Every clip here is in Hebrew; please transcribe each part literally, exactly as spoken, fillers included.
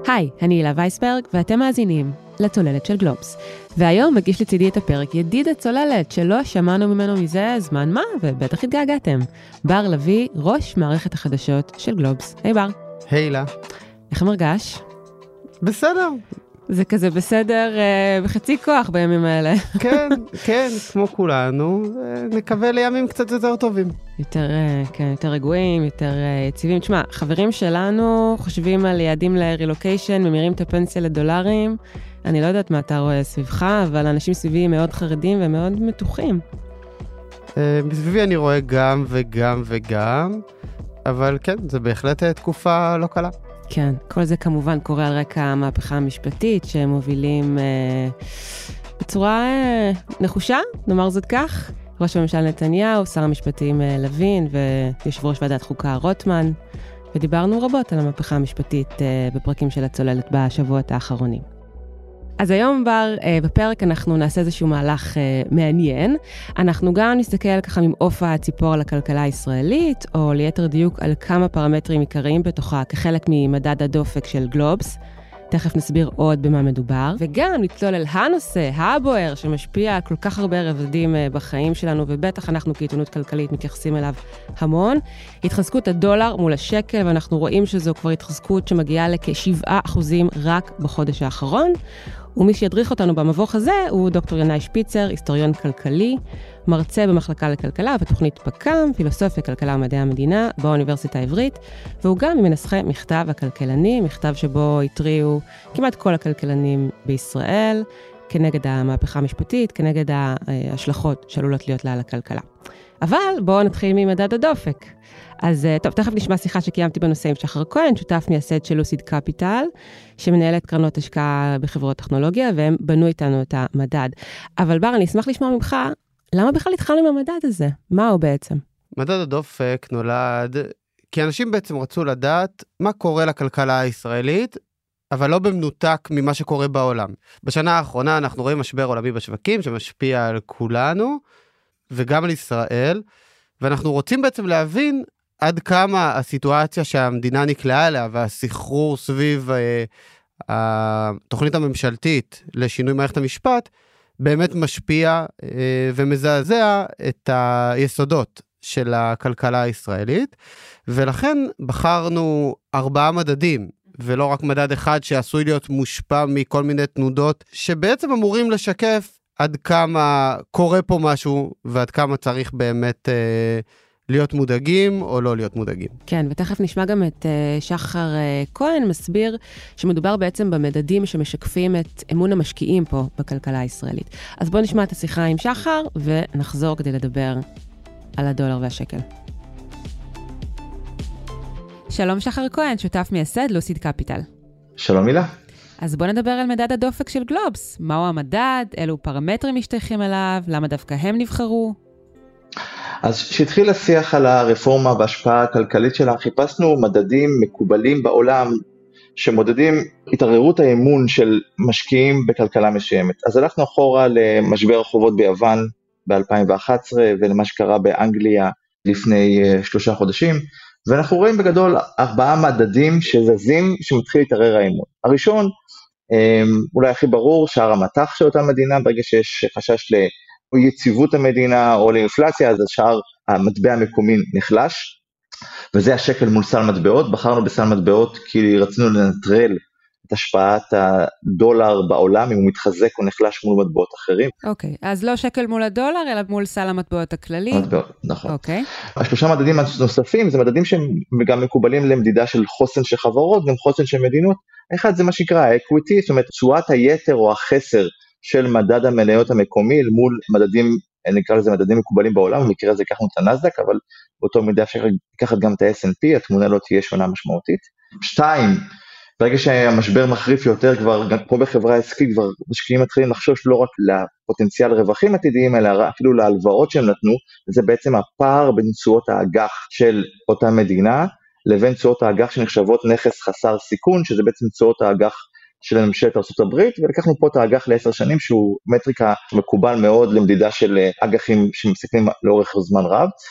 היי, אני הילה וייסברג, ואתם מאזינים לצוללת של גלובס. והיום מגיש לצידי את הפרק ידיד הצוללת, שלא שמענו ממנו מזה זמן מה, ובטח התגעגעתם. בר לוי, ראש מערכת החדשות של גלובס. היי בר. היי הילה. איך מרגש? בסדר. זה כזה בסדר אה, בחצי כוח בימים האלה. כן, כן, כמו כולנו, נקווה לימים קצת יותר טובים. יותר, אה, כן, יותר רגועים, יותר אה, יציבים. תשמע, חברים שלנו חושבים על יעדים לרילוקיישן, ממירים את הפנסיה לדולרים. אני לא יודעת מה אתה רואה סביבך, אבל אנשים סביבי מאוד חרדים ומאוד מתוחים. אה, מסביבי אני רואה גם וגם וגם, אבל כן, זה בהחלט תקופה לא קלה. כן, כל זה כמובן קורה על רקע המהפכה המשפטית שמובילים אה, בצורה אה, נחושה, נאמר זאת כך. ראש הממשל נתניהו, שר המשפטים אה, לוין ויושב ראש ועדת חוקה רוטמן, ודיברנו רבות על המהפכה המשפטית אה, בפרקים של הצוללת בשבועות האחרונים. אז היום בר, בפרק אנחנו נעשה איזשהו מהלך מעניין. אנחנו גם נסתכל ככה ממעוף הציפור על הכלכלה הישראלית, או ליתר דיוק על כמה פרמטרים עיקריים בתוכה, כחלק ממדד הדופק של גלובס. תכף נסביר עוד במה מדובר. וגם נצלול על הנושא הבוער שמשפיע על כל כך הרבה רבדים בחיים שלנו, ובטח אנחנו כעיתונות כלכלית מתייחסים אליו המון. התחזקות הדולר מול השקל, ואנחנו רואים שזו כבר התחזקות שמגיעה לכ-שבעה אחוזים רק בחודש האחרון. ומי שידריך אותנו במבוך הזה הוא דוקטור ינאי שפיצר, היסטוריון כלכלי, מרצה במחלקה לכלכלה בתוכנית פק"ם, פילוסופיה, כלכלה ומדעי המדינה באוניברסיטה העברית, והוא גם ממנסחי מכתב הכלכלני, מכתב שבו התריעו כמעט כל הכלכלנים בישראל, כנגד המהפכה המשפטית, כנגד ההשלכות שעלולות להיות לה על הכלכלה. אבל בואו נתחיל ממדד הדופק. אז טוב, תכף נשמע שיחה שקיימתי בנושא עם שחר כהן, שותף מייסד של לוסיד קפיטל, שמנהלת קרנות השקעה בחברות טכנולוגיה, והם בנו איתנו את המדד. אבל בר, אני אשמח לשמוע ממך, למה בכלל התחלנו עם המדד הזה? מה הוא בעצם? מדד הדופק נולד, כי אנשים בעצם רצו לדעת מה קורה לכלכלה הישראלית, אבל לא במנותק ממה שקורה בעולם. בשנה האחרונה אנחנו רואים משבר עולמי בשווקים, שמשפיע על כולנו, וגם על ישראל, ואנחנו רוצים בעצם להבין עד כמה הסיטואציה שהמדינה נקלעה אליה, והסחרור סביב אה, התוכנית הממשלתית לשינוי מערכת המשפט, באמת משפיע אה, ומזעזע את היסודות של הכלכלה הישראלית, ולכן בחרנו ארבעה מדדים, ולא רק מדד אחד שעשוי להיות מושפע מכל מיני תנודות, שבעצם אמורים לשקף עד כמה קורה פה משהו, ועד כמה צריך באמת אה, להיות מודאגים או לא להיות מודאגים. כן, ותכף נשמע גם את אה, שחר אה, כהן מסביר שמדובר בעצם במדדים שמשקפים את אמון המשקיעים פה בכלכלה הישראלית. אז בואו נשמע את השיחה עם שחר, ונחזור כדי לדבר על הדולר והשקל. שלום שחר כהן, שותף מייסד לוסיד קפיטל. שלום הילה. אז בוא נדבר על מדד הדופק של גלובס. מהו המדד? אילו פרמטרים משתייכים אליו? למה דווקא הם נבחרו? אז כשהתחיל השיח על הרפורמה וההשפעה הכלכלית שלה, חיפשנו מדדים מקובלים בעולם שמודדים התערערות האמון של משקיעים בכלכלה מסוימת. אז הלכנו אחורה למשבר החובות ביוון ב-אלפיים ואחת עשרה ולמה שקרה באנגליה לפני שלושה חודשים, ואנחנו רואים בגדול ארבעה מדדים שזזים שמתחיל להתערער האמון. הראשון, אולי הכי ברור, שער המטח של אותה מדינה, ברגע שיש חשש ליציבות המדינה או לאינפלציה, אז השער המטבע המקומי נחלש, וזה השקל מול סל מטבעות. בחרנו בסל מטבעות כי רצינו לנטרל את השפעת הדולר בעולם, אם הוא מתחזק או נחלש מול מטבעות אחרים. אוקיי, אז לא שקל מול הדולר, אלא מול סל המטבעות הכללי. מטבעות, נכון. אוקיי. השלושה מדדים הנוספים, זה מדדים שהם גם מקובלים למדידה של חוסן של חברות, גם חוסן של מדינות. אחד זה מה שנקרא equity, זאת אומרת, תשואת היתר או החסר של מדד המניות המקומי, מול מדדים, נקרא לזה מדדים מקובלים בעולם, במקרה הזה לקחנו את הנסדק, אבל באותו מידה אפשר לקחת גם את ה-אס אנד פי, התמונה לא תהיה שונה משמעותית. שתיים, ברגע שהמשבר מחריף יותר, כבר, כמו בחברה עסקית, כבר משקיעים מתחילים לחשוש לא רק לפוטנציאל רווחים עתידיים, אלא אפילו להלוואות שהם נתנו, וזה בעצם הפער בין תשואות האג"ח של אותה מדינה, לבין תשואות האג"ח שנחשבות נכס חסר סיכון, שזה בעצם תשואות האג"ח של ממשלת ארצות הברית, ולקחנו פה את האג"ח לעשר שנים, שהוא מטריקה מקובל מאוד למדידה של אג"חים שמסתכלים לאורך זמן רב.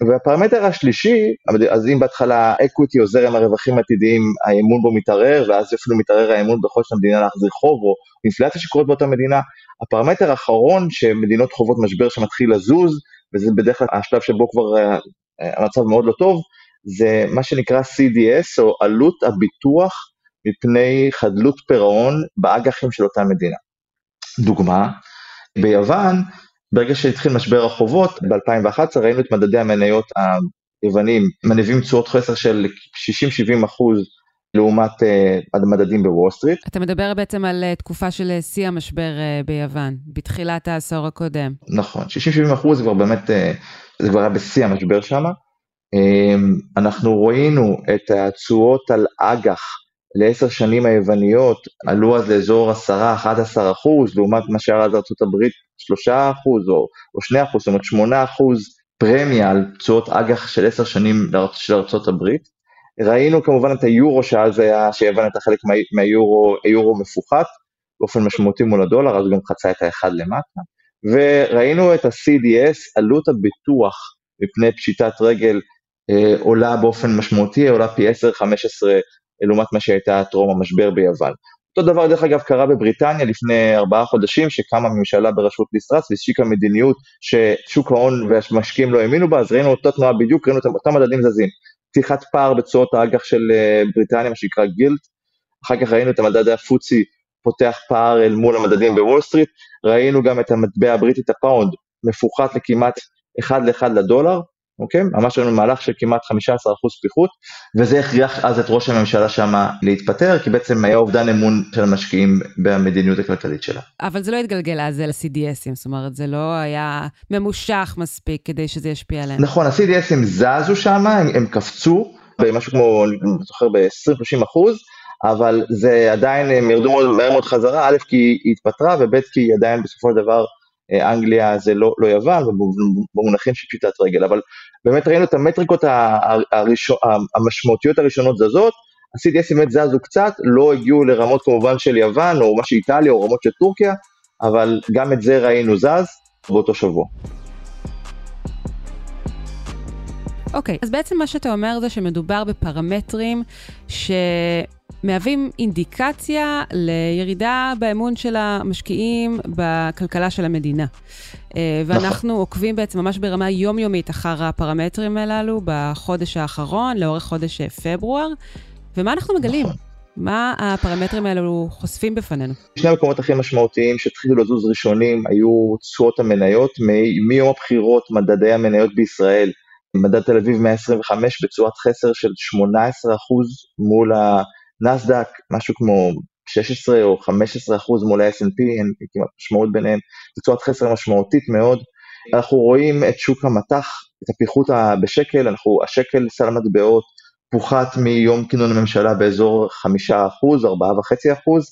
והפרמטר השלישי, אז אם בהתחלה אקוויטי או זרם הרווחים העתידיים, האמון בו מתערער, ואז אפילו מתערער האמון בכל של המדינה להחזיר חוב, או אינפלציה שקורית באותה מדינה, הפרמטר האחרון שמדינות חוות משבר שמתחיל לזוז, וזה בדרך כלל השלב שבו כבר המצב מאוד לא טוב, זה מה שנקרא סי די אס, או עלות הביטוח מפני חדלות פירעון באג"חים של אותה מדינה. דוגמה, ביוון, ברגע שהתחיל משבר החובות, ב-אלפיים ואחת עשרה ראינו את מדדי המניות היוונים, מניבים תשואות חסר של שישים עד שבעים אחוז לעומת המדדים בוול סטריט. אתה מדבר בעצם על תקופה של שיא המשבר ביוון, בתחילת העשור הקודם. נכון, שישים עד שבעים אחוז זה כבר באמת, זה כבר היה בשיא המשבר שם. אנחנו ראינו את התשואות על אג"ח לעשר שנים היווניות, עלו אז לאזור עשרה עד אחד עשר אחוז, לעומת מה שהיה אז ארצות הברית שלושה אחוז או, או שני אחוז, זאת אומרת שמונה אחוז פרמיה על תשואות אג"ח של עשר שנים של ארצות הברית. ראינו כמובן את היורו, שאז היה, שיוון הייתה חלק מה, מהיורו, היורו מפוחת, באופן משמעותי מול הדולר, אז גם חצה את האחד למטה. וראינו את ה-סי די אס, עלות הביטוח מפני פשיטת רגל, אה, עולה באופן משמעותי, עולה פי עשר חמש עשרה, לעומת מה שהייתה טרום המשבר ביוון. אותו דבר דרך אגב קרה בבריטניה לפני ארבעה חודשים, שקמה ממשלה בראשות ליז טראס, והשיקה מדיניות ששוק ההון והמשקיעים לא האמינו בה, אז ראינו אותה תנועה בדיוק, ראינו אותם מדדים זזים. פתיחת פער בתשואות האג"ח של בריטניה, מה שנקרא גילט, אחר כך ראינו את המדד הפוצי פותח פער אל מול המדדים בוול סטריט, ראינו גם את המטבע הבריטית הפאונד, מפוחת לכמעט אחד לאחד לדולר, אוקיי? ממש ראינו מהלך של כמעט חמישה עשר אחוז פיחות, וזה הכריח אז את ראש הממשלה שמה להתפטר, כי בעצם היה אובדן אמון של המשקיעים במדיניות הכלכלית שלה. אבל זה לא התגלגל אז ל-סי די אסים, זאת אומרת, זה לא היה ממושך מספיק כדי שזה ישפיע עליהם. נכון, ה-סי די אסים זזו שם, הם, הם קפצו, במשהו כמו, אני זוכר, ב-עשרים עד שלושים אחוז, אבל זה עדיין, הם ירדו מהר מאוד חזרה, א' כי היא התפטרה, וב' כי היא עדיין בסופו של דבר, אנגליה זה לא, לא יוון, ובמונחים של פשיטת רגל, אבל באמת ראינו את המטריקות הראשון, המשמעותיות הראשונות זזות, ה-סי די אס באמת זזו קצת, לא הגיעו לרמות כמובן של יוון, או מה שאיטליה, או רמות של טורקיה, אבל גם את זה ראינו זז באותו שבוע. אוקיי, אז בעצם מה שאתה אומר זה שמדובר בפרמטרים שמהווים אינדיקציה לירידה באמון של המשקיעים בכלכלה של המדינה. ואנחנו עוקבים בעצם ממש ברמה יומיומית אחר הפרמטרים הללו בחודש האחרון, לאורך חודש פברואר, ומה אנחנו מגלים? מה הפרמטרים האלו חושפים בפנינו? שני המקומות הכי משמעותיים שהתחילו לזוז ראשונים היו תשואות המניות, מיום הבחירות מדדי המניות בישראל, מדד תל אביב מאה עשרים וחמש בצורת חסר של שמונה עשרה אחוז מול הנסדק, משהו כמו שש עשרה או חמש עשרה אחוז מול ה-אס אנד פי, אין כמעט משמעות ביניהם, בצורת חסר משמעותית מאוד. אנחנו רואים את שוק המטח, את הפיחות בשקל, אנחנו, השקל סל מטבעות פוחת מיום כינון הממשלה באזור חמישה אחוז, ארבעה וחצי אחוז.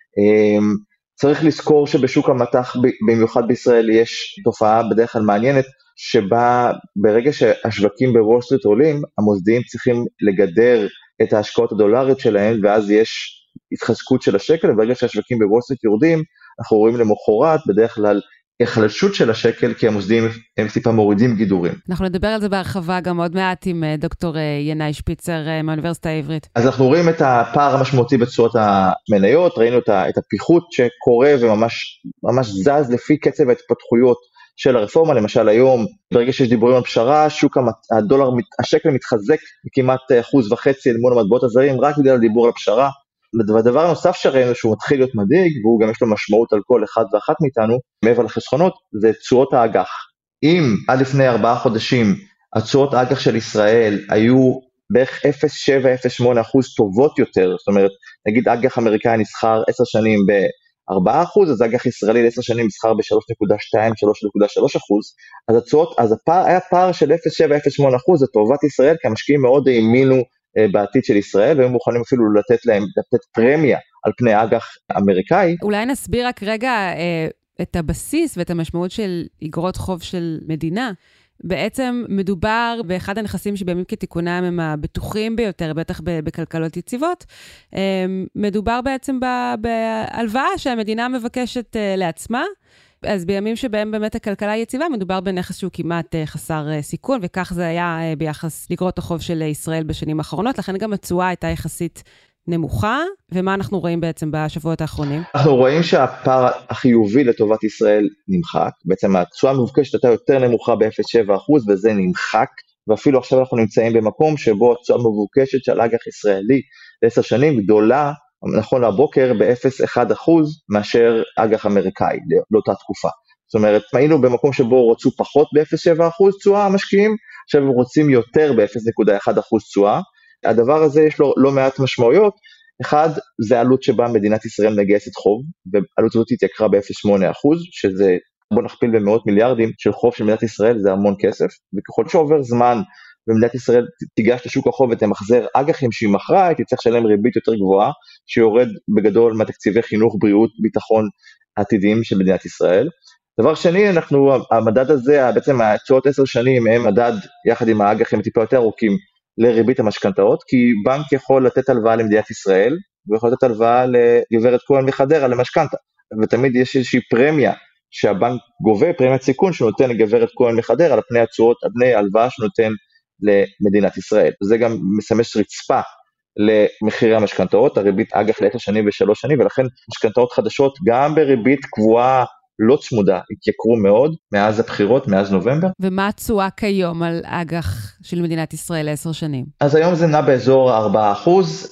צריך לזכור שבשוק המטח, במיוחד בישראל, יש תופעה בדרך כלל מעניינת, שבה ברגע שהשווקים בוול סטריט עולים, המוסדיים צריכים לגדר את ההשקעות הדולריות שלהם, ואז יש התחזקות של השקל, וברגע שהשווקים בוול סטריט יורדים, אנחנו רואים למחרת בדרך כלל החלשות של השקל, כי המוסדיים הם טיפה מורידים גידורים. אנחנו נדבר על זה בהרחבה גם עוד מעט עם דוקטור ינאי שפיצר מהאוניברסיטה העברית. אז אנחנו רואים את הפער המשמעותי בתשואות המניות, ראינו את הפיחות שקורה וממש ממש זז לפי קצב ההתפתחויות של הרפורמה, למשל היום, ברגע שיש דיבורים על פשרה, שוק הדולר, השקל מתחזק כמעט אחוז וחצי אל מול המטבעות הזרים, רק בגלל הדיבור על הפשרה. והדבר הנוסף שראינו שהוא מתחיל להיות מדאיג, והוא גם יש לו משמעות על כל אחד ואחת מאיתנו, מעבר לחסכונות, זה תשואות האג"ח. אם עד לפני ארבעה חודשים, התשואות האג"ח של ישראל היו בערך אפס נקודה שבע אפס שמונה אחוז טובות יותר, זאת אומרת, נגיד אג"ח אמריקאי נסחר עשר שנים ב-ארבעה אחוז, אז אג"ח ישראלי ל-עשר שנים נסחר ב-שלוש נקודה שתיים עד שלוש נקודה שלוש אחוז, אז התשואות, אז הפער, היה פער של אפס נקודה שבע אפס שמונה אחוז, זה טובת ישראל, כי המשקיעים מאוד האמינו בעתיד של ישראל, והם מוכנים אפילו לתת להם, לתת פרמיה על פני אג"ח אמריקאי. אולי נסביר רק רגע אה, את הבסיס ואת המשמעות של אגרות חוב של מדינה. בעצם מדובר באחד הנכסים שבימים כתיקונם הם הבטוחים ביותר, בטח בכלכלות יציבות. מדובר בעצם בהלוואה שהמדינה מבקשת לעצמה, אז בימים שבהם באמת הכלכלה יציבה, מדובר בנכס שהוא כמעט חסר סיכון, וכך זה היה ביחס לגרות החוב של ישראל בשנים האחרונות, לכן גם התשואה הייתה יחסית נמוכה, ומה אנחנו רואים בעצם בשבועות האחרונים? אנחנו רואים שהפער החיובי לטובת ישראל נמחק, בעצם התשואה המבוקשת הייתה יותר נמוכה ב-אפס נקודה שבע אחוז, וזה נמחק, ואפילו עכשיו אנחנו נמצאים במקום שבו התשואה המבוקשת של אג"ח ישראלי לעשר שנים גדולה, נכון לבוקר ב-אפס נקודה אחת אחוז מאשר אג"ח אמריקאי לאותה תקופה. זאת אומרת, היינו במקום שבו רצו פחות ב-אפס נקודה שבע אחוז תשואה המשקיעים, עכשיו הם רוצים יותר ב-אפס נקודה אחת אחוז תשואה. הדבר הזה יש לו לא מעט משמעויות. אחד, זה עלות שבה מדינת ישראל מגייסת חוב, ועלות הזאת התייקרה ב-אפס נקודה שמונה אחוז, שזה בוא נכפיל במאות מיליארדים של חוב של מדינת ישראל, זה המון כסף, וככל שעובר זמן, ומדינת ישראל תיגש לשוק החוב ותמחזר אג"חים שהיא מכרה, היא תצטרך לשלם ריבית יותר גבוהה, שיורד בגדול מהתקציבי חינוך, בריאות, ביטחון עתידיים של מדינת ישראל. דבר שני, אנחנו, המדד הזה, בעצם התשואות עשר שנים, הם מדד יחד עם האג"חים טיפה יותר ארוכים לריבית המשכנתאות, כי בנק יכול לתת הלוואה למדינת ישראל, ויכול לתת הלוואה לגברת כהן מחדרה למשכנתה, ותמיד יש איזושהי פרמיה, שהבנק גובה פרמיית סיכון שנותן לגברת כהן מחדרה, על פני התשואות, על פני הלוואה שנותן למדינת ישראל. זה גם מסמש רצפה למחירי המשכנתאות, הריבית אג"ח לעשר שנים ושלוש שנים, ולכן משכנתאות חדשות גם בריבית קבועה לא צמודה, התייקרו מאוד מאז הבחירות, מאז נובמבר. ומה התשואה כיום על אג"ח של מדינת ישראל לעשר שנים? אז היום זה נע באזור ארבעה אחוז,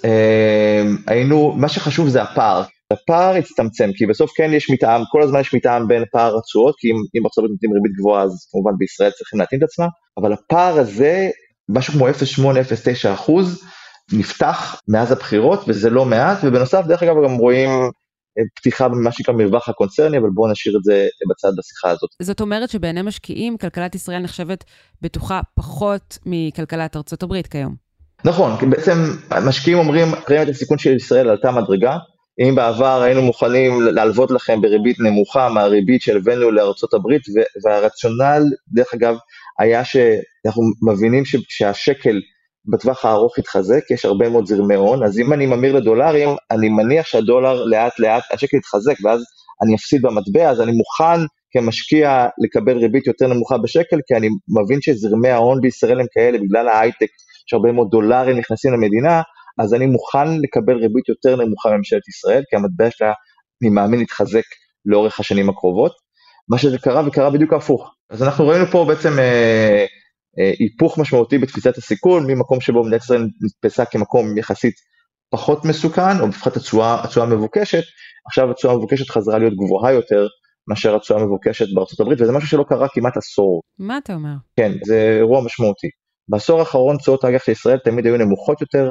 היינו, מה שחשוב זה הפער, הפער הצטמצם, כי בסוף כן יש מתאם, כל הזמן יש מתאם בין פער התשואות, כי אם, אם עכשיו נותנים ריבית גבוהה, אז כמובן בישראל צריכים להתאים את עצמם, אבל הפער הזה, משהו כמו אפס נקודה שמונה אפס נקודה תשע אחוז, נפתח מאז הבחירות, וזה לא מעט, ובנוסף, דרך אגב, גם רואים פתיחה במה שנקרא מרווח הקונצרני, אבל בואו נשאיר את זה בצד בשיחה הזאת. זאת אומרת שבעיני משקיעים, כלכלת ישראל נחשבת בטוחה פחות מכלכלת ארצות הברית כיום. נכון, כי בעצם משקיעים אומרים, פרמיית הסיכון של ישראל עלתה מדרגה, אם בעבר היינו מוכנים להלוות לכם בריבית נמוכה מהריבית שהלווינו לארצות הברית, והרציונל, דרך אגב, היה שאנחנו מבינים שהשקל בטווח הארוך יתחזק, יש הרבה מאוד זרמי הון, אז אם אני ממיר לדולרים, אני מניח שהדולר לאט לאט, השקל יתחזק, ואז אני אפסיד במטבע, אז אני מוכן כמשקיע לקבל ריבית יותר נמוכה בשקל, כי אני מבין שזרמי ההון בישראל הם כאלה, בגלל ההייטק, שהרבה מאוד דולרים נכנסים למדינה, אז אני מוכן לקבל ריבית יותר נמוכה מממשלת ישראל, כי המטבע שלה, אני מאמין, יתחזק לאורך השנים הקרובות. מה שזה קרה, וקרה בדיוק הפוך. אז אנחנו ראינו פה בעצם אה, אה, היפוך משמעותי בתפיסת הסיכון, ממקום שבו מדינת ישראל נתפסה כמקום יחסית פחות מסוכן, או בפרט התשואה, התשואה המבוקשת, עכשיו התשואה המבוקשת חזרה להיות גבוהה יותר, מאשר התשואה המבוקשת בארצות הברית, וזה משהו שלא קרה כמעט עשור. מה אתה אומר? כן, זה אירוע משמעותי. בעשור האחרון תשואות האג"ח לישראל תמיד היו נמוכות יותר,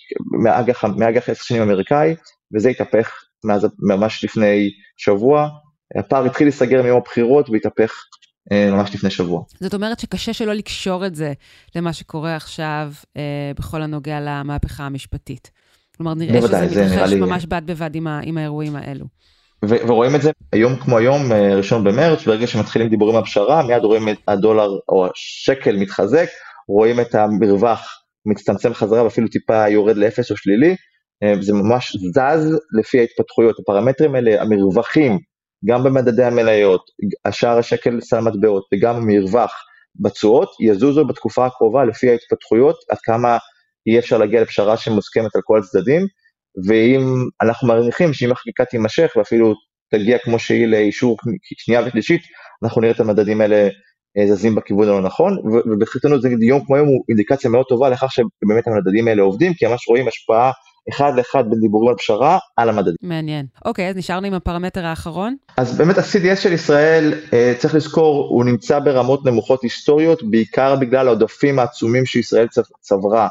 מאג"ח עשר שנים אמריקאי, וזה התהפך ממש לפני שבוע, הפער התחיל להיסגר מיום הבחירות, והתהפך ממש לפני שבוע. זאת אומרת שקשה שלא לקשור את זה, למה שקורה עכשיו, בכל הנוגע למהפכה המשפטית. כלומר, נראה שזה מתרחש ממש בד בבד עם האירועים האלו. ורואים את זה היום כמו היום, ראשון במרץ, ברגע שמתחילים דיבורים על פשרה, מיד רואים את הדולר או השקל מתחזק, רואים את המרווח מצטמצם חזרה ואפילו טיפה יורד לאפס או שלילי, זה ממש זז לפי ההתפתחויות, הפרמטרים האלה, המרווחים, גם במדדי המניות, השער השקל סל מטבעות וגם המרווח בתשואות, יזוזו בתקופה הקרובה לפי ההתפתחויות, עד כמה יהיה אפשר להגיע לפשרה שמוסכמת על כל הצדדים, ואם אנחנו מניחים שאם החקיקה תימשך ואפילו תגיע כמו שהיא לאישור שנייה ושלישית, אנחנו נראה את המדדים האלה זזים בכיוון הלא נכון, ובחרטנות זה יום כמו יום הוא אינדיקציה מאוד טובה לכך שבאמת המדדים האלה עובדים, כי ממש רואים השפעה אחד לאחד בין דיבורים על פשרה על המדדים. מעניין. אוקיי, אז נשארנו עם הפרמטר האחרון. אז באמת ה-סי די אס של ישראל, צריך לזכור, הוא נמצא ברמות נמוכות היסטוריות, בעיקר בגלל העודפים העצומים שישראל צברה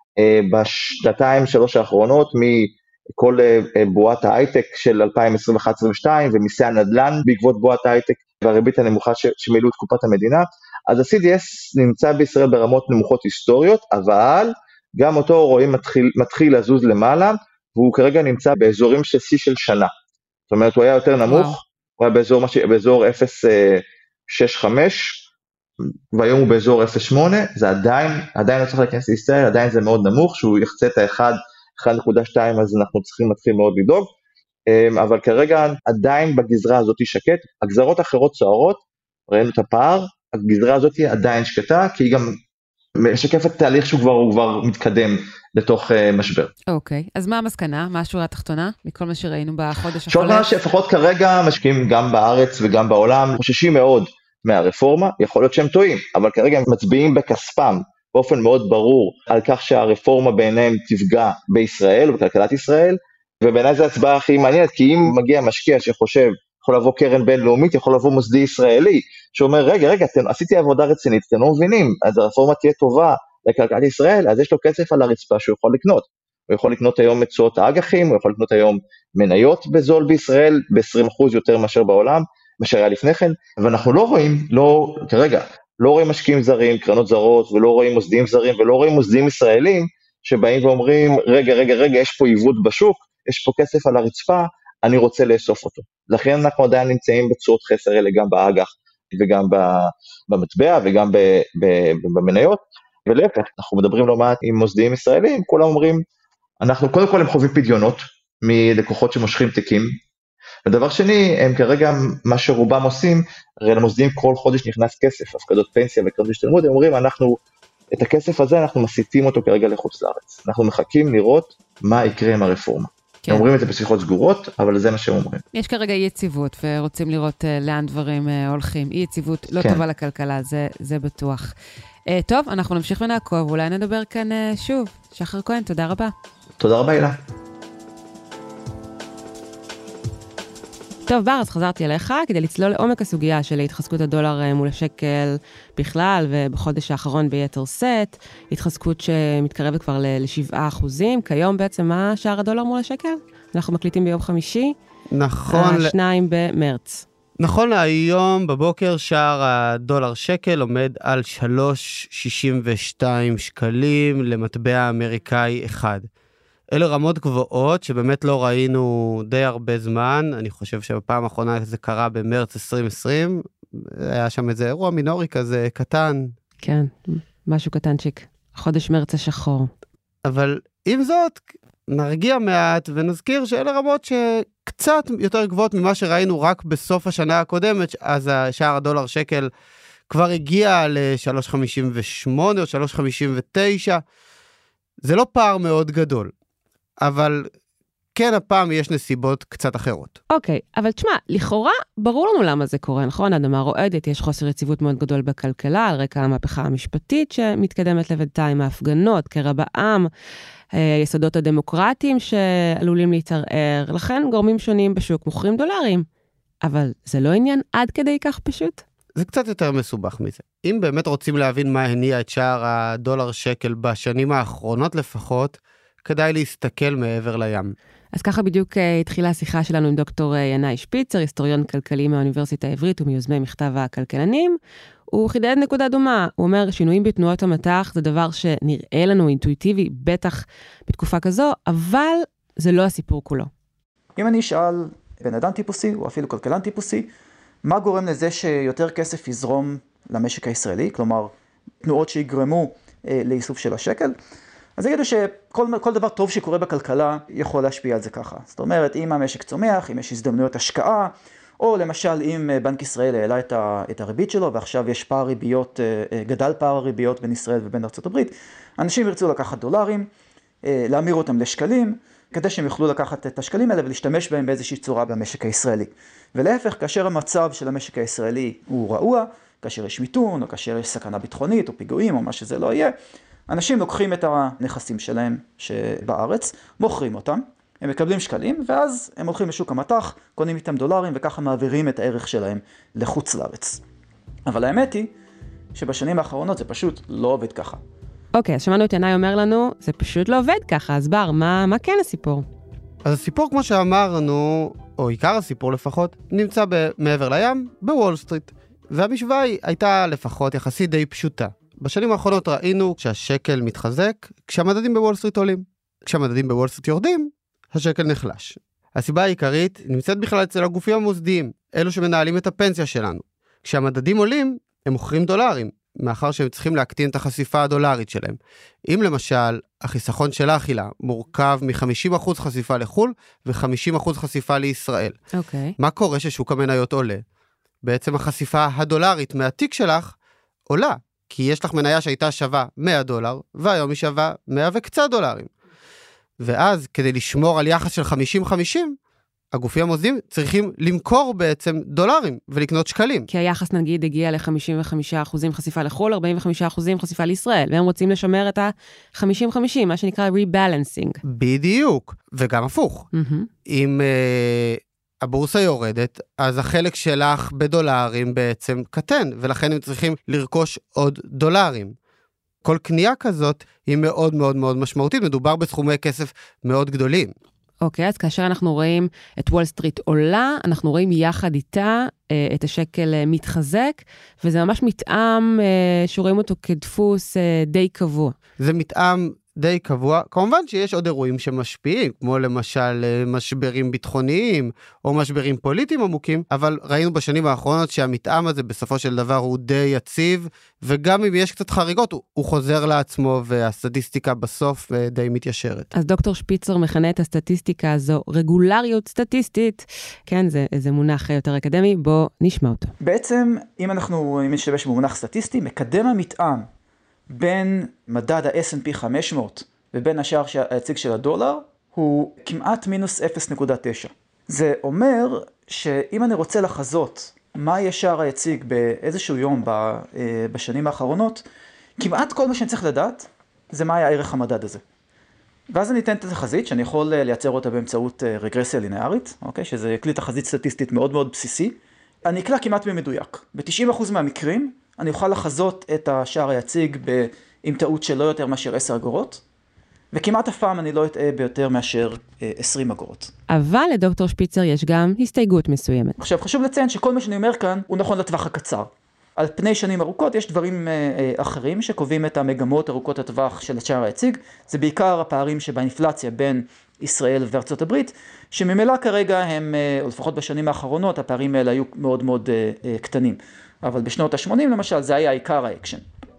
בשנתיים שלוש האחרונות, מכל בועת ההייטק של אלפיים עשרים ואחת עשרים ושתיים, ומיסי הנדל"ן בעקבות בועת ההייטק, והריבית הנמוכה שמילאו את קופת המדינה, אז ה-סי די אס נמצא בישראל ברמות נמוכות היסטוריות, אבל גם אותו רואים מתחיל, מתחיל לזוז למעלה, והוא כרגע נמצא באזורים של שיא של שנה. זאת אומרת, הוא היה יותר נמוך, וואו. הוא היה באזור, באזור אפס נקודה שש חמש, והיום הוא באזור אפס נקודה שמונה, זה עדיין, עדיין לא צריך להיכנס לישראל, עדיין זה מאוד נמוך, שהוא יחצה את ה-אחד נקודה שתיים, אז אנחנו צריכים להתחיל מאוד לדאוג. אבל כרגע עדיין בגזרה הזאת שקט, הגזרות האחרות סוערות, ראינו את הפער, הגזרה הזאת עדיין שקטה, כי היא גם משקפת תהליך שהוא כבר, הוא כבר מתקדם לתוך uh, משבר. אוקיי, אז מה המסקנה? מה השורה התחתונה מכל מה שראינו בחודש החולף? שורה שלפחות כרגע משקיעים גם בארץ וגם בעולם, חוששים מאוד מהרפורמה, יכול להיות שהם טועים, אבל כרגע הם מצביעים בכספם, באופן מאוד ברור, על כך שהרפורמה ביניהם תפגע בישראל ובכלכלת ישראל, ובעיניי זו הצבעה הכי מעניינת, כי אם מגיע משקיע שחושב, יכול לבוא קרן בינלאומית, יכול לבוא מוסדי ישראלי, שאומר, רגע, רגע, אתם, עשיתי עבודה רצינית, אתם לא מבינים, אז הרפורמה תהיה טובה לכלכלת ישראל, אז יש לו כסף על הרצפה שהוא יכול לקנות. הוא יכול לקנות היום מצוות האג"חים, הוא יכול לקנות היום מניות בזול בישראל, ב-עשרים אחוז יותר מאשר בעולם, מאשר היה לפני כן, ואנחנו לא רואים, לא, כרגע, לא רואים משקיעים זרים, קרנות זרות, ולא רואים מוסדים זרים, ולא רואים מוסדים ישראלים, שבאים ואומרים, רגע, רגע, רגע, יש פה עיוות בשוק, יש פה כסף על הרצפה, אני רוצה לאסוף אותו. לכן אנחנו עדיין נמצאים בצורות חסר אלה, גם באג"ח, וגם במטבע, וגם במניות, ולהפך, אנחנו מדברים לא מעט עם מוסדים ישראלים, כולם אומרים, אנחנו קודם כל הם חווים פדיונות, מלקוחות שמושכים תיקים, ודבר שני, הם כרגע, מה שרובם עושים, הרי למוסדים כל חודש נכנס כסף, הפקדות פנסיה וקרנות השתלמות, הם אומרים, אנחנו, את הכסף הזה אנחנו מסיטים אותו כרגע לחוץ לארץ, אנחנו מחכים לראות מה יקרה עם הרפורמה. כן. הם אומרים את זה בשיחות סגורות, אבל זה מה שהם אומרים. יש כרגע אי יציבות, ורוצים לראות uh, לאן דברים uh, הולכים. אי יציבות לא כן. טובה לכלכלה, זה, זה בטוח. Uh, טוב, אנחנו נמשיך ונעקוב, אולי נדבר כאן uh, שוב. שחר כהן, תודה רבה. תודה רבה, אילה. טוב, בר, אז חזרתי אליך, כדי לצלול לעומק הסוגיה של התחזקות הדולר מול השקל בכלל, ובחודש האחרון ביתר סט, התחזקות שמתקרבת כבר ל-שבעה אחוזים, כיום בעצם מה שער הדולר מול השקל? אנחנו מקליטים ביום חמישי, נכון. השניים במרץ. נכון להיום בבוקר שער הדולר שקל עומד על שלוש נקודה שישים ושתיים שקלים למטבע אמריקאי אחד. אלה רמות גבוהות שבאמת לא ראינו די הרבה זמן, אני חושב שבפעם האחרונה זה קרה במרץ עשרים עשרים, היה שם איזה אירוע מינורי כזה קטן. כן, משהו קטנצ'יק, חודש מרץ השחור. אבל עם זאת, נרגיע מעט ונזכיר שאלה רמות שקצת יותר גבוהות ממה שראינו רק בסוף השנה הקודמת, אז שער הדולר שקל כבר הגיע ל-שלוש נקודה חמישים ושמונה או שלוש נקודה חמישים ותשע, זה לא פער מאוד גדול. אבל כן, הפעם יש נסיבות קצת אחרות. אוקיי, אבל תשמע, לכאורה ברור לנו למה זה קורה, נכון? אדמה רועדת, יש חוסר יציבות מאוד גדול בכלכלה, על רקע המהפכה המשפטית שמתקדמת לבינתיים, ההפגנות, קרע בעם, יסודות הדמוקרטיים שעלולים להתערער, לכן גורמים שונים בשוק מוכרים דולרים. אבל זה לא עניין עד כדי כך פשוט? זה קצת יותר מסובך מזה. אם באמת רוצים להבין מה הניע את שער הדולר שקל בשנים האחרונות לפחות, כדאי להסתכל מעבר לים. אז ככה בדיוק uh, התחילה השיחה שלנו עם דוקטור uh, ינאי שפיצר, היסטוריון כלכלי מהאוניברסיטה העברית ומיוזמי מכתב הכלכלנים. הוא חידד נקודה דומה, הוא אומר שינויים בתנועות המתח זה דבר שנראה לנו אינטואיטיבי, בטח בתקופה כזו, אבל זה לא הסיפור כולו. אם אני אשאל בן אדם טיפוסי, או אפילו כלכלן טיפוסי, מה גורם לזה שיותר כסף יזרום למשק הישראלי, כלומר תנועות שיגרמו אה, לאיסוף של השקל, אז יגידו שכל כל דבר טוב שקורה בכלכלה יכול להשפיע על זה ככה. זאת אומרת, אם המשק צומח, אם יש הזדמנויות השקעה, או למשל אם בנק ישראל העלה את, ה, את הריבית שלו, ועכשיו יש פער ריביות, גדל פער הריביות בין ישראל ובין ארצות הברית, אנשים ירצו לקחת דולרים, להמיר אותם לשקלים, כדי שהם יוכלו לקחת את השקלים האלה ולהשתמש בהם באיזושהי צורה במשק הישראלי. ולהפך, כאשר המצב של המשק הישראלי הוא רעוע, כאשר יש מיתון, או כאשר יש סכנה ביטחונית, או פיגועים, או מה שזה לא יהיה, אנשים לוקחים את הנכסים שלהם שבארץ, מוכרים אותם, הם מקבלים שקלים, ואז הם הולכים לשוק המטח, קונים איתם דולרים, וככה מעבירים את הערך שלהם לחוץ לארץ. אבל האמת היא שבשנים האחרונות זה פשוט לא עובד ככה. אוקיי, אז שמענו את ינאי אומר לנו, זה פשוט לא עובד ככה, אז בר, מה, מה כן הסיפור? אז הסיפור, כמו שאמרנו, או עיקר הסיפור לפחות, נמצא מעבר לים, בוול סטריט. והמשוואה הייתה לפחות יחסית די פשוטה. בשנים האחרונות ראינו שהשקל מתחזק, כשהמדדים בוול סטריט עולים. כשהמדדים בוול סטריט יורדים, השקל נחלש. הסיבה העיקרית נמצאת בכלל אצל הגופים המוסדיים, אלו שמנהלים את הפנסיה שלנו. כשהמדדים עולים, הם מוכרים דולרים, מאחר שהם צריכים להקטין את החשיפה הדולרית שלהם. אם למשל, החיסכון של האכילה מורכב מ-חמישים אחוז חשיפה לחול ו-חמישים אחוז חשיפה לישראל. אוקיי. מה קורה ששוק המניות עולה? בעצם החשיפה הדולרית מהתיק שלך עולה, כי יש לך מניה שהייתה שווה מאה דולר, והיום היא שווה מאה וקצת דולרים. ואז, כדי לשמור על יחס של חמישים חמישים, הגופים המוסדיים צריכים למכור בעצם דולרים ולקנות שקלים. כי היחס נגיד הגיע ל-חמישים וחמישה אחוזים חשיפה לחול, ארבעים וחמישה אחוזים חשיפה לישראל, והם רוצים לשמר את ה-חמישים חמישים, מה שנקרא rebalancing. בדיוק, וגם הפוך. Mm-hmm. אם uh, הבורסה יורדת, אז החלק שלך בדולרים בעצם קטן, ולכן הם צריכים לרכוש עוד דולרים. כל קנייה כזאת היא מאוד מאוד מאוד משמעותית, מדובר בסכומי כסף מאוד גדולים. אוקיי, אז כאשר אנחנו רואים את וול סטריט עולה, אנחנו רואים יחד איתה אה, את השקל אה, מתחזק, וזה ממש מתאם אה, שרואים אותו כדפוס אה, די קבוע. זה מתאם די קבוע, כמובן שיש עוד אירועים שמשפיעים, כמו למשל משברים ביטחוניים, או משברים פוליטיים עמוקים, אבל ראינו בשנים האחרונות שהמתאם הזה בסופו של דבר הוא די יציב, וגם אם יש קצת חריגות, הוא, הוא חוזר לעצמו, והסטטיסטיקה בסוף די מתיישרת. אז דוקטור שפיצר מכנה את הסטטיסטיקה הזו רגולריות סטטיסטית, כן, זה, זה מונח יותר אקדמי, בוא נשמע אותו. בעצם, אם אנחנו נשתמש במונח סטטיסטי, מקדם המתאם, בין מדד ה-אס אנד פי חמש מאות ובין השער היציג של הדולר, הוא כמעט מינוס אפס נקודה תשע. זה אומר שאם אני רוצה לחזות מה יהיה שער היציג באיזשהו יום בשנים האחרונות, כמעט כל מה שאני צריך לדעת זה מה היה ערך המדד הזה. ואז אני אתן את התחזית, שאני יכול לייצר אותה באמצעות רגרסיה לינארית, אוקיי? שזה כלי תחזית סטטיסטית מאוד מאוד בסיסי. אני אקלע כמעט במדויק. ב-תשעים אחוז מהמקרים, אני אוכל לחזות את השער היציג עם טעות של לא יותר מאשר עשר אגורות, וכמעט אף פעם אני לא אטעה ביותר מאשר עשרים אגורות. אבל לדוקטור שפיצר יש גם הסתייגות מסוימת. עכשיו, חשוב לציין שכל מה שאני אומר כאן הוא נכון לטווח הקצר. על פני שנים ארוכות יש דברים אחרים שקובעים את המגמות ארוכות הטווח של השער היציג. זה בעיקר הפערים שבאינפלציה בין ישראל וארצות הברית, שממילא כרגע הם, או לפחות בשנים האחרונות, הפערים האלה היו מאוד מאוד קטנים. אבל בשנות ה-שמונים למשל זה היה עיקר האקשן.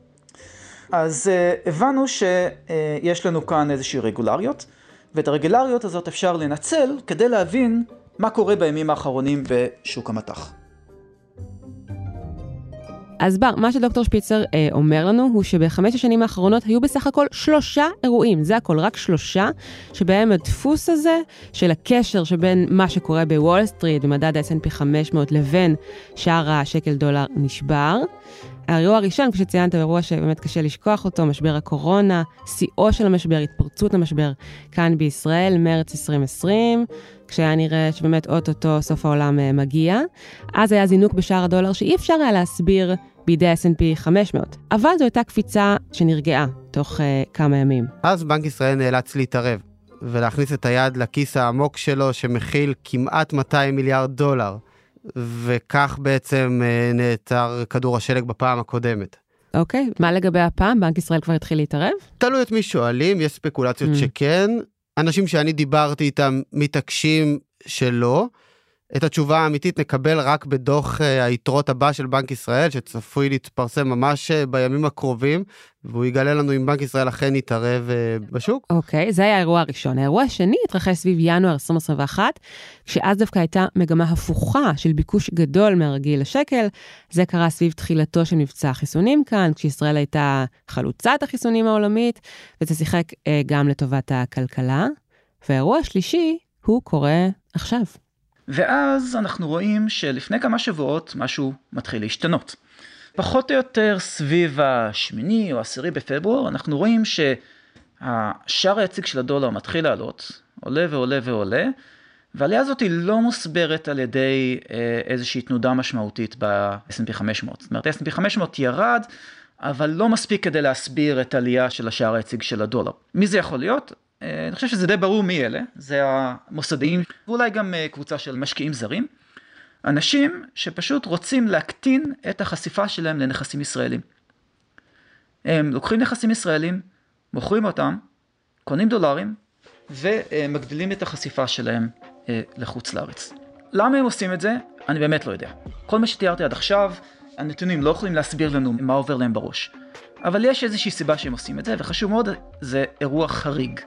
אז uh, הבנו שיש לנו כאן איזושהי רגולריות, ואת הרגולריות הזאת אפשר לנצל כדי להבין מה קורה בימים האחרונים בשוק המטח. אז בר, מה שדוקטור שפיצר אה, אומר לנו הוא שבחמש השנים האחרונות היו בסך הכל שלושה אירועים, זה הכל רק שלושה, שבהם הדפוס הזה של הקשר שבין מה שקורה בוול סטריט, במדד ה-אס אנד פי חמש מאות לבין שער השקל דולר נשבר. האירוע הראשון, כפי שציינת, אירוע שבאמת קשה לשכוח אותו, משבר הקורונה, שיאו של המשבר, התפרצות המשבר כאן בישראל, מרץ עשרים עשרים, כשהיה נראה שבאמת אוטוטו סוף העולם מגיע. אז היה זינוק בשער הדולר שאי אפשר היה להסביר בידי ה-אס אנד פי חמש מאות, אבל זו הייתה קפיצה שנרגעה תוך uh, כמה ימים. אז בנק ישראל נאלץ להתערב ולהכניס את היד לכיס העמוק שלו שמכיל כמעט מאתיים מיליארד דולר. וכך בעצם נעצר כדור השלג בפעם הקודמת. אוקיי, מה לגבי הפעם? בנק ישראל כבר התחיל להתערב? תלוי את מי שואלים, יש ספקולציות שכן. אנשים שאני דיברתי איתם מתעקשים שלא. את התשובה האמיתית נקבל רק בדוח היתרות הבא של בנק ישראל, שצפוי להתפרסם ממש בימים הקרובים, והוא יגלה לנו אם בנק ישראל אכן יתערב בשוק. אוקיי, זה היה האירוע הראשון. האירוע השני התרחש סביב ינואר עשרים עשרים ואחת, כשאז דווקא הייתה מגמה הפוכה של ביקוש גדול מהרגיל לשקל. זה קרה סביב תחילתו של מבצע החיסונים כאן, כשישראל הייתה חלוצת החיסונים העולמית, וזה שיחק גם לטובת הכלכלה. והאירוע השלישי הוא קורה עכשיו. ואז אנחנו רואים שלפני כמה שבועות משהו מתחיל להשתנות. פחות או יותר סביב השמיני או העשירי בפברואר, אנחנו רואים שהשער היציג של הדולר מתחיל לעלות, עולה ועולה ועולה, והעלייה הזאת היא לא מוסברת על ידי איזושהי תנודה משמעותית ב-אס אנד פי חמש מאות. זאת אומרת, ה-אס אנד פי חמש מאות ירד, אבל לא מספיק כדי להסביר את העלייה של השער היציג של הדולר. מי זה יכול להיות? אני חושב שזה די ברור מי אלה, זה המוסדיים, ואולי גם קבוצה של משקיעים זרים, אנשים שפשוט רוצים להקטין את החשיפה שלהם לנכסים ישראלים. הם לוקחים נכסים ישראלים, מוכרים אותם, קונים דולרים, ומגדילים את החשיפה שלהם לחוץ לארץ. למה הם עושים את זה? אני באמת לא יודע. כל מה שתיארתי עד עכשיו, הנתונים לא יכולים להסביר לנו מה עובר להם בראש. אבל יש איזושהי סיבה שהם עושים את זה, וחשוב מאוד, זה אירוע חריג.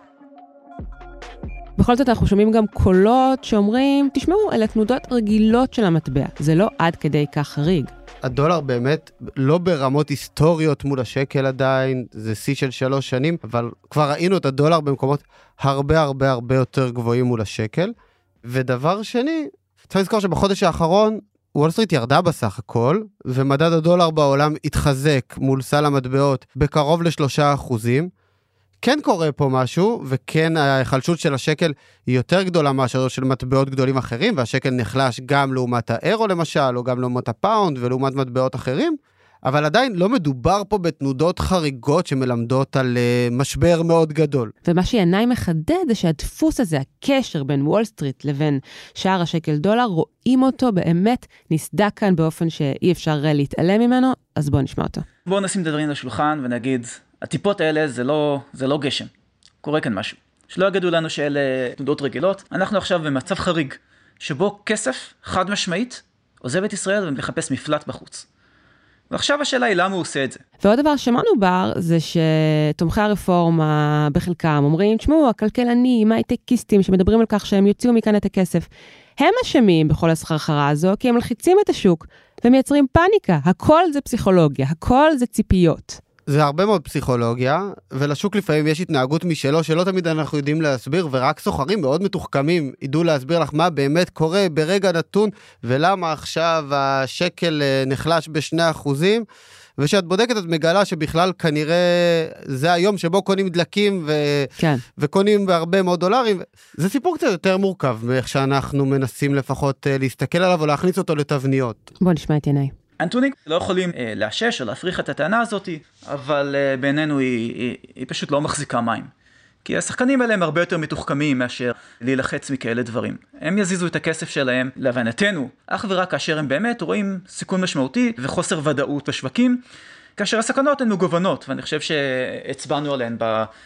בכל זאת אנחנו שומעים גם קולות שאומרים, תשמעו, אלה תנודות רגילות של המטבע, זה לא עד כדי כך חריג. הדולר באמת לא ברמות היסטוריות מול השקל עדיין, זה שיא של שלוש שנים, אבל כבר ראינו את הדולר במקומות הרבה הרבה הרבה יותר גבוהים מול השקל. ודבר שני, צריך לזכור שבחודש האחרון, וול סטריט ירדה בסך הכל, ומדד הדולר בעולם התחזק מול סל המטבעות בקרוב לשלושה אחוזים. כן קורה פה משהו, וכן ההיחלשות של השקל היא יותר גדולה מאשר של מטבעות גדולים אחרים, והשקל נחלש גם לעומת האירו למשל, או גם לעומת הפאונד ולעומת מטבעות אחרים, אבל עדיין לא מדובר פה בתנודות חריגות שמלמדות על uh, משבר מאוד גדול. ומה שינאי מחדד זה שהדפוס הזה, הקשר בין וול סטריט לבין שער השקל דולר, רואים אותו באמת נסדק כאן באופן שאי אפשר להתעלם ממנו, אז בואו נשמע אותו. בואו נשים את הדברים לשולחן ונגיד, הטיפות האלה זה לא, זה לא גשם. קורה כאן משהו. שלא יגדו לנו שאלה תנודות רגילות. אנחנו עכשיו במצב חריג, שבו כסף חד משמעית עוזב את ישראל ומחפש מפלט בחוץ. ועכשיו השאלה היא למה הוא עושה את זה. ועוד דבר שמענו בר, זה שתומכי הרפורמה בחלקם אומרים, תשמעו, הכלכלנים, ההייטקיסטים שמדברים על כך שהם יוציאו מכאן את הכסף, הם אשמים בכל הסחרחרה הזו, כי הם מלחיצים את השוק ומייצרים פאניקה. הכל זה פסיכולוגיה, הכל זה ציפיות. זה הרבה מאוד פסיכולוגיה, ולשוק לפעמים יש התנהגות משלו, שלא תמיד אנחנו יודעים להסביר, ורק סוחרים מאוד מתוחכמים ידעו להסביר לך מה באמת קורה ברגע נתון, ולמה עכשיו השקל נחלש בשני אחוזים, ושאת בודקת את מגלה שבכלל כנראה זה היום שבו קונים דלקים ו... כן. וקונים בהרבה מאוד דולרים. זה סיפור קצת יותר מורכב, מאיך שאנחנו מנסים לפחות להסתכל עליו או להכניס אותו לתבניות. בוא נשמע את ינאי. הנתונים לא יכולים אה, לאשש או להפריך את הטענה הזאת, אבל אה, בעינינו היא, היא, היא פשוט לא מחזיקה מים. כי השחקנים האלה הם הרבה יותר מתוחכמים מאשר להילחץ מכאלה דברים. הם יזיזו את הכסף שלהם, להבנתנו, אך ורק כאשר הם באמת רואים סיכון משמעותי וחוסר ודאות בשווקים, כאשר הסכנות הן מגוונות, ואני חושב שהצבענו עליהן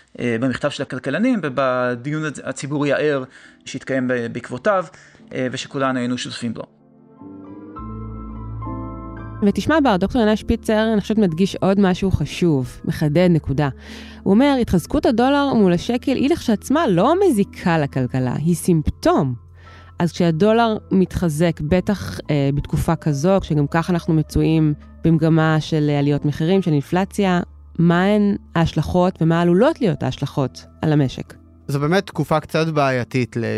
במכתב של הכלכלנים ובדיון הציבורי הער שהתקיים בעקבותיו, ושכולנו היינו שותפים בו. ותשמע בר, דוקטור ינאי שפיצר, אני חושבת מדגיש עוד משהו חשוב, מחדד נקודה. הוא אומר, התחזקות הדולר מול השקל היא לכשעצמה לא מזיקה לכלכלה, היא סימפטום. אז כשהדולר מתחזק, בטח אה, בתקופה כזו, כשגם כך אנחנו מצויים במגמה של עליות מחירים, של אינפלציה, מה הן ההשלכות ומה עלולות להיות ההשלכות על המשק? זו באמת תקופה קצת בעייתית ל...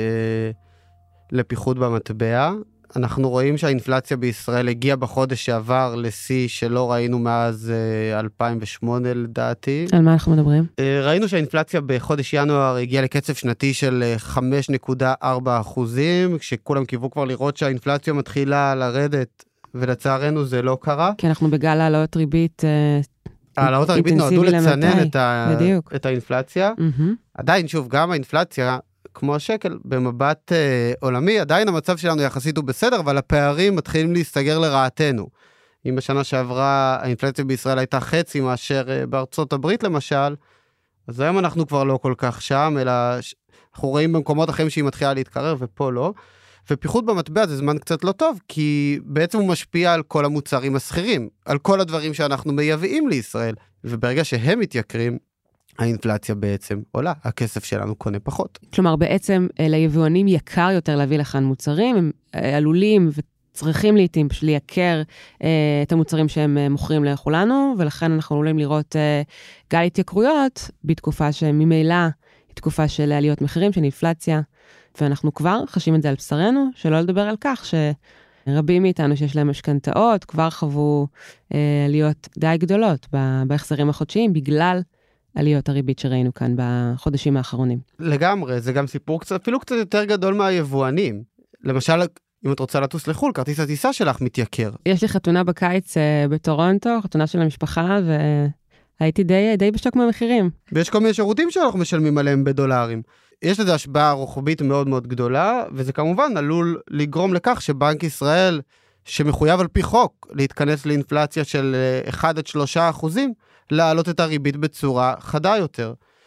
לפיחות במטבע. אנחנו רואים שהאינפלציה בישראל הגיעה בחודש שעבר לשיא שלא ראינו מאז אלפיים ושמונה לדעתי. על מה אנחנו מדברים? ראינו שהאינפלציה בחודש ינואר הגיעה לקצב שנתי של חמש נקודה ארבע אחוזים, כשכולם קיוו כבר לראות שהאינפלציה מתחילה לרדת, ולצערנו זה לא קרה. כי אנחנו בגל העלאות ריבית העלאות הריבית נועדו לצנן את, ה... את האינפלציה. Mm-hmm. עדיין, שוב, גם האינפלציה, כמו השקל, במבט אה, עולמי, עדיין המצב שלנו יחסית הוא בסדר, אבל הפערים מתחילים להסתגר לרעתנו. אם בשנה שעברה האינפלציה בישראל הייתה חצי מאשר אה, בארצות הברית למשל, אז היום אנחנו כבר לא כל כך שם, אלא אנחנו רואים במקומות אחרים שהיא מתחילה להתקרר, ופה לא. ופיחות במטבע זה זמן קצת לא טוב, כי בעצם הוא משפיע על כל המוצרים הסחירים, על כל הדברים שאנחנו מייבאים לישראל, וברגע שהם מתייקרים, האינפלציה בעצם עולה, הכסף שלנו קונה פחות. כלומר, בעצם ליבואנים יקר יותר להביא לכאן מוצרים, הם עלולים וצריכים לעתים פשוט לייקר אה, את המוצרים שהם מוכרים לכולנו, ולכן אנחנו עלולים לראות אה, גל התייקרויות בתקופה שממילא היא תקופה של עליות מחירים, של אינפלציה, ואנחנו כבר חשים את זה על בשרנו, שלא לדבר על כך שרבים מאיתנו שיש להם משכנתאות, כבר חוו אה, עליות די גדולות בהחזרים החודשיים, בגלל עליות הריבית שראינו כאן בחודשים האחרונים. לגמרי, זה גם סיפור קצת, אפילו קצת יותר גדול מהיבואנים. למשל, אם את רוצה לטוס לחול, כרטיס הטיסה שלך מתייקר. יש לי חתונה בקיץ בטורונטו, חתונה של המשפחה, והייתי די, די בשוק מהמחירים. ויש כל מיני שירותים שאנחנו משלמים עליהם בדולרים. יש לזה השפעה רוחבית מאוד מאוד גדולה, וזה כמובן עלול לגרום לכך שבנק ישראל, שמחויב על פי חוק להתכנס לאינפלציה של אחד עד שלושה אחוזים, להעלות את הריבית בצורה חדה יותר.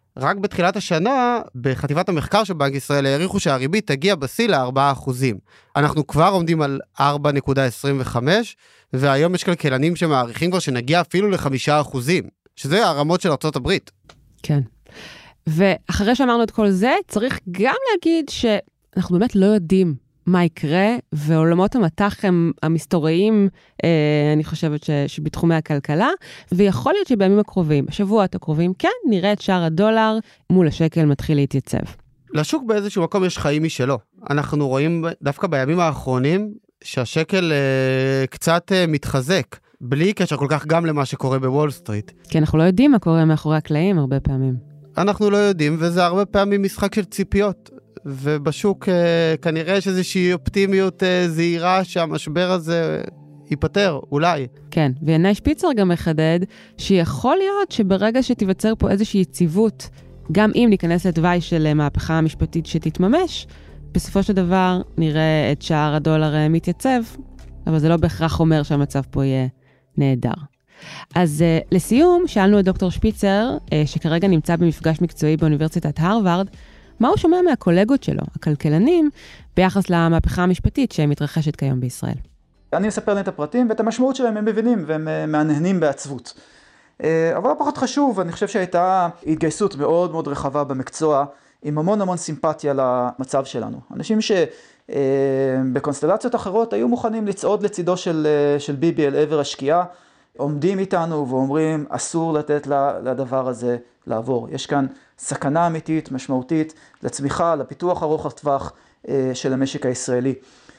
רק בתחילת השנה, בחטיבת המחקר של בנק ישראל, העריכו שהריבית תגיע בשיא ל-ארבעה אחוזים. אנחנו כבר עומדים על ארבע נקודה עשרים וחמש, והיום יש כלכלנים שמעריכים כבר שנגיע אפילו ל-חמישה אחוזים, שזה הרמות של ארצות הברית. כן. ואחרי שאמרנו את כל זה, צריך גם להגיד שאנחנו באמת לא יודעים מה יקרה, ועולמות המתח הם המסתוריים, אה, אני חושבת ש, שבתחומי הכלכלה, ויכול להיות שבימים הקרובים, בשבועות הקרובים, כן, נראה את שער הדולר מול השקל מתחיל להתייצב. לשוק באיזשהו מקום יש חיים משלו. אנחנו רואים דווקא בימים האחרונים, שהשקל אה, קצת אה, מתחזק, בלי קשר כל כך גם למה שקורה בוול סטריט. כי אנחנו לא יודעים מה קורה מאחורי הקלעים הרבה פעמים. אנחנו לא יודעים, וזה הרבה פעמים משחק של ציפיות. ובשוק אה, כנראה יש איזושהי אופטימיות אה, זהירה שהמשבר הזה ייפטר, אולי. כן, וינאי שפיצר גם מחדד שיכול להיות שברגע שתיווצר פה איזושהי יציבות, גם אם ניכנס לתוואי של מהפכה המשפטית שתתממש, בסופו של דבר נראה את שער הדולר מתייצב, אבל זה לא בהכרח אומר שהמצב פה יהיה נהדר. אז uh, לסיום, שאלנו את דוקטור שפיצר, uh, שכרגע נמצא במפגש מקצועי באוניברסיטת הרווארד, מה הוא שומע מהקולגות שלו, הכלכלנים, ביחס למהפכה המשפטית שמתרחשת כיום בישראל. אני אספר להם את הפרטים ואת המשמעות שלהם הם מבינים והם מעניינים בעצבות. אבל לא פחות חשוב, אני חושב שהייתה התגייסות מאוד מאוד רחבה במקצוע, עם המון המון סימפתיה למצב שלנו. אנשים שבקונסטלציות אחרות היו מוכנים לצעוד לצידו של, של ביבי אל עבר השקיעה, עומדים איתנו ואומרים, אסור לתת לדבר הזה לעבור. יש כאן סכנה אמיתית, משמעותית, לצמיחה, לפיתוח ארוך הטווח של המשק הישראלי.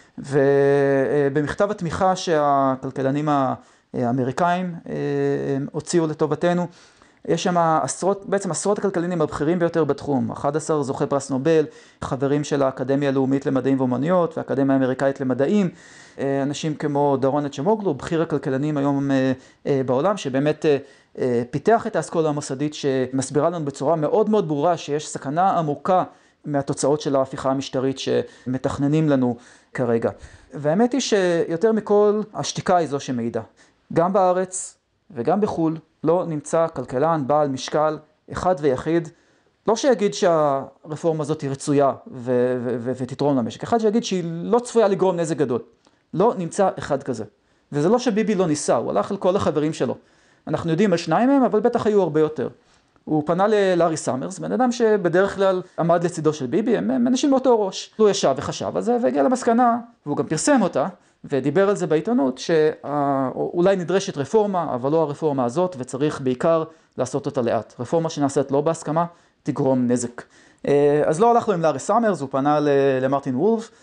ובמכתב התמיכה שהכלכלנים האמריקאים הוציאו לטובתנו, יש שם עשרות, בעצם עשרות הכלכלנים הבכירים ביותר בתחום, אחד עשר זוכי פרס נובל, חברים של האקדמיה הלאומית למדעים ואומנויות והאקדמיה האמריקאית למדעים, אנשים כמו דורון אצ'מוגלו, בכיר הכלכלנים היום בעולם, שבאמת פיתח את האסכולה המוסדית שמסבירה לנו בצורה מאוד מאוד ברורה שיש סכנה עמוקה מהתוצאות של ההפיכה המשטרית שמתכננים לנו כרגע. והאמת היא שיותר מכל השתיקה היא זו שמעידה. גם בארץ וגם בחול לא נמצא כלכלן בעל משקל אחד ויחיד, לא שיגיד שהרפורמה הזאת היא רצויה ו- ו- ו- ותתרום למשק, אחד שיגיד שהיא לא צפויה לגרום נזק גדול. לא נמצא אחד כזה. וזה לא שביבי לא ניסה, הוא הלך על כל החברים שלו. אנחנו יודעים על שניים מהם, אבל בטח היו הרבה יותר. הוא פנה ללארי סאמרס, בן אדם שבדרך כלל עמד לצידו של ביבי, הם אנשים מאותו ראש. הוא ישב וחשב על זה והגיע למסקנה, והוא גם פרסם אותה, ודיבר על זה בעיתונות, שאולי נדרשת רפורמה, אבל לא הרפורמה הזאת, וצריך בעיקר לעשות אותה לאט. רפורמה שנעשית לא בהסכמה, תגרום נזק. אז לא הלך לו עם לארי סאמרס, הוא פנה למרטין וולף,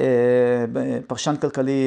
פרשן כלכלי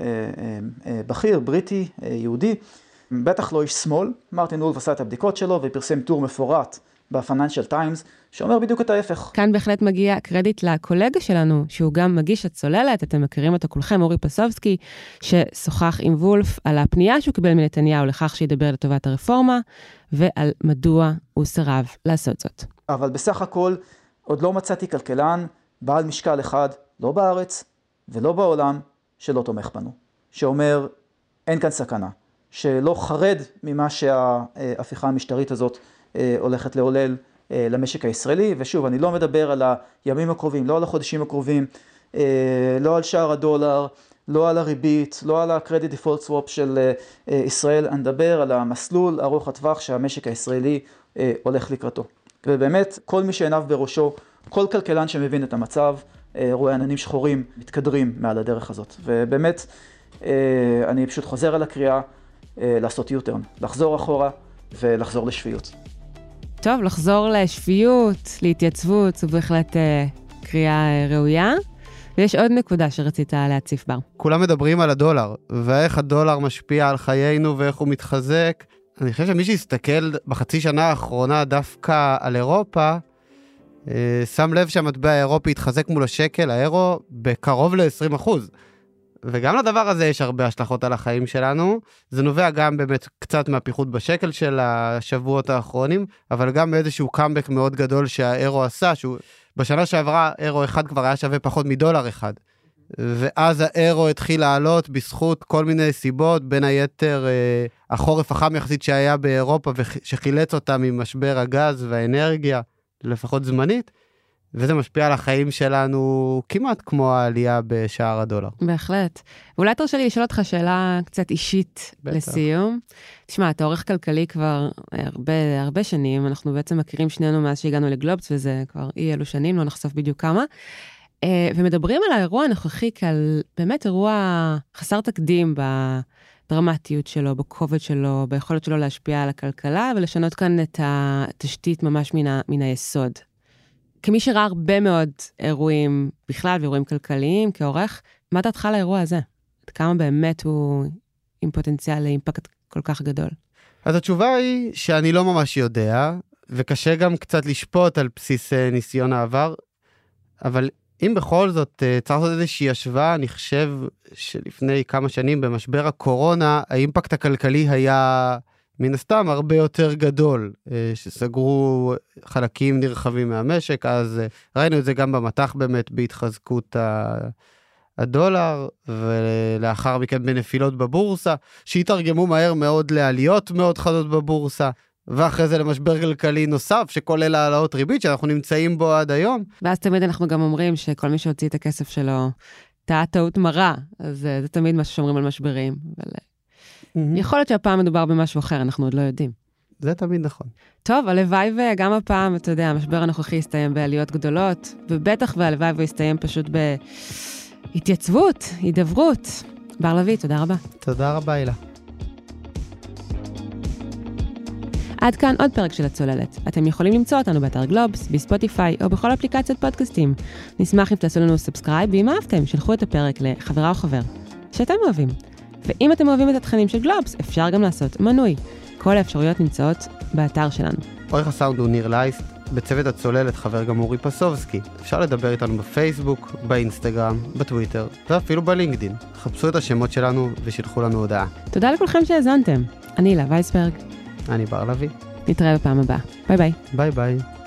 בכיר, בריטי, יהודי, בטח לא איש שמאל. מרטין וולף עשה את הבדיקות שלו ופרסם טור מפורט בפיננשל טיימס, שאומר בדיוק את ההפך. כאן בהחלט מגיע קרדיט לקולגה שלנו, שהוא גם מגיש את צוללת, אתם מכירים אותו כולכם, אורי פסובסקי, ששוחח עם וולף על הפנייה שהוא קיבל מנתניהו לכך שידבר לטובת הרפורמה, ועל מדוע הוא סירב לעשות זאת. אבל בסך הכל, עוד לא מצאתי כלכלן, בעל משקל אחד, לא בארץ ולא בעולם, שלא תומך בנו. שאומר, אין כאן סכנה. שלא חרד ממה שההפיכה המשטרית הזאת הולכת לעולל למשק הישראלי, ושוב, אני לא מדבר על הימים הקרובים, לא על החודשים הקרובים, לא על שער הדולר, לא על הריבית, לא על הקרדיט דיפולט סוואפ של ישראל, אני מדבר על המסלול ארוך הטווח שהמשק הישראלי הולך לקראתו. ובאמת, כל מי שעיניו בראשו, כל כלכלן שמבין את המצב, רואה עננים שחורים מתקדרים מעל הדרך הזאת. ובאמת, אני פשוט חוזר על הקריאה, לעשות יוטרן, לחזור אחורה ולחזור לשפיות. טוב, לחזור לשפיות, להתייצבות, זו בהחלט אה, קריאה ראויה. ויש עוד נקודה שרצית להציף בר. כולם מדברים על הדולר, ואיך הדולר משפיע על חיינו ואיך הוא מתחזק. אני חושב שמי שיסתכל בחצי שנה האחרונה דווקא על אירופה, אה, שם לב שהמטבע האירופי התחזק מול השקל, האירו, בקרוב ל-עשרים אחוז. וגם לדבר הזה יש הרבה השלכות על החיים שלנו, זה נובע גם באמת קצת מהפיחות בשקל של השבועות האחרונים, אבל גם באיזשהו קאמבק מאוד גדול שהאירו עשה, שהוא בשנה שעברה אירו אחד כבר היה שווה פחות מדולר אחד, ואז האירו התחיל לעלות בזכות כל מיני סיבות, בין היתר החורף החם יחסית שהיה באירופה, ושחילץ אותה ממשבר הגז והאנרגיה, לפחות זמנית, וזה משפיע על החיים שלנו כמעט כמו העלייה בשער הדולר. בהחלט. ואולי תרשה לי לשאול אותך שאלה קצת אישית בטח. לסיום. תשמע, אתה עורך כלכלי כבר הרבה, הרבה שנים, אנחנו בעצם מכירים שנינו מאז שהגענו לגלובס, וזה כבר אי אלו שנים, לא נחשוף בדיוק כמה. ומדברים על האירוע הנוכחי כעל באמת אירוע חסר תקדים בדרמטיות שלו, בכובד שלו, ביכולת שלו להשפיע על הכלכלה, ולשנות כאן את התשתית ממש מן, ה, מן היסוד. כמי שראה הרבה מאוד אירועים בכלל ואירועים כלכליים כעורך, מה דעתך על האירוע הזה? עד כמה באמת הוא עם פוטנציאל לאימפקט כל כך גדול? אז התשובה היא שאני לא ממש יודע, וקשה גם קצת לשפוט על בסיס ניסיון העבר, אבל אם בכל זאת צריך לעשות איזושהי השוואה, אני חושב שלפני כמה שנים במשבר הקורונה, האימפקט הכלכלי היה מן הסתם הרבה יותר גדול, שסגרו חלקים נרחבים מהמשק, אז ראינו את זה גם במתח באמת בהתחזקות הדולר, ולאחר מכן בנפילות בבורסה, שהתרגמו מהר מאוד לעליות מאוד חדות בבורסה, ואחרי זה למשבר כלכלי נוסף, שכולל העלאות ריבית, שאנחנו נמצאים בו עד היום. ואז תמיד אנחנו גם אומרים שכל מי שהוציא את הכסף שלו, טעה טעות מרה, אז זה תמיד מה שאומרים על משברים, אבל mm-hmm. יכול להיות שהפעם מדובר במשהו אחר, אנחנו עוד לא יודעים. זה תמיד נכון. טוב, הלוואי וגם הפעם, אתה יודע, המשבר הנוכחי יסתיים בעליות גדולות, ובטח והלוואי ויסתיים פשוט בהתייצבות, הידברות. בר לוי, תודה רבה. תודה רבה, אילה. עד כאן עוד פרק של הצוללת. אתם יכולים למצוא אותנו באתר גלובס, בספוטיפיי או בכל אפליקציות פודקאסטים. נשמח אם תעשו לנו סאבסקרייב, ואם אהבתם, שלחו את הפרק לחברה או חבר שאתם אוהבים. ואם אתם אוהבים את התכנים של גלובס, אפשר גם לעשות מנוי. כל האפשרויות נמצאות באתר שלנו. עורך הסאונד הוא ניר לייסט, בצוות הצוללת חבר גם אורי פסובסקי. אפשר לדבר איתנו בפייסבוק, באינסטגרם, בטוויטר, ואפילו בלינקדין. חפשו את השמות שלנו ושלחו לנו הודעה. תודה לכולכם שהאזנתם. אני הילה וייסברג. אני בר לוי. נתראה בפעם הבאה. ביי ביי. ביי ביי.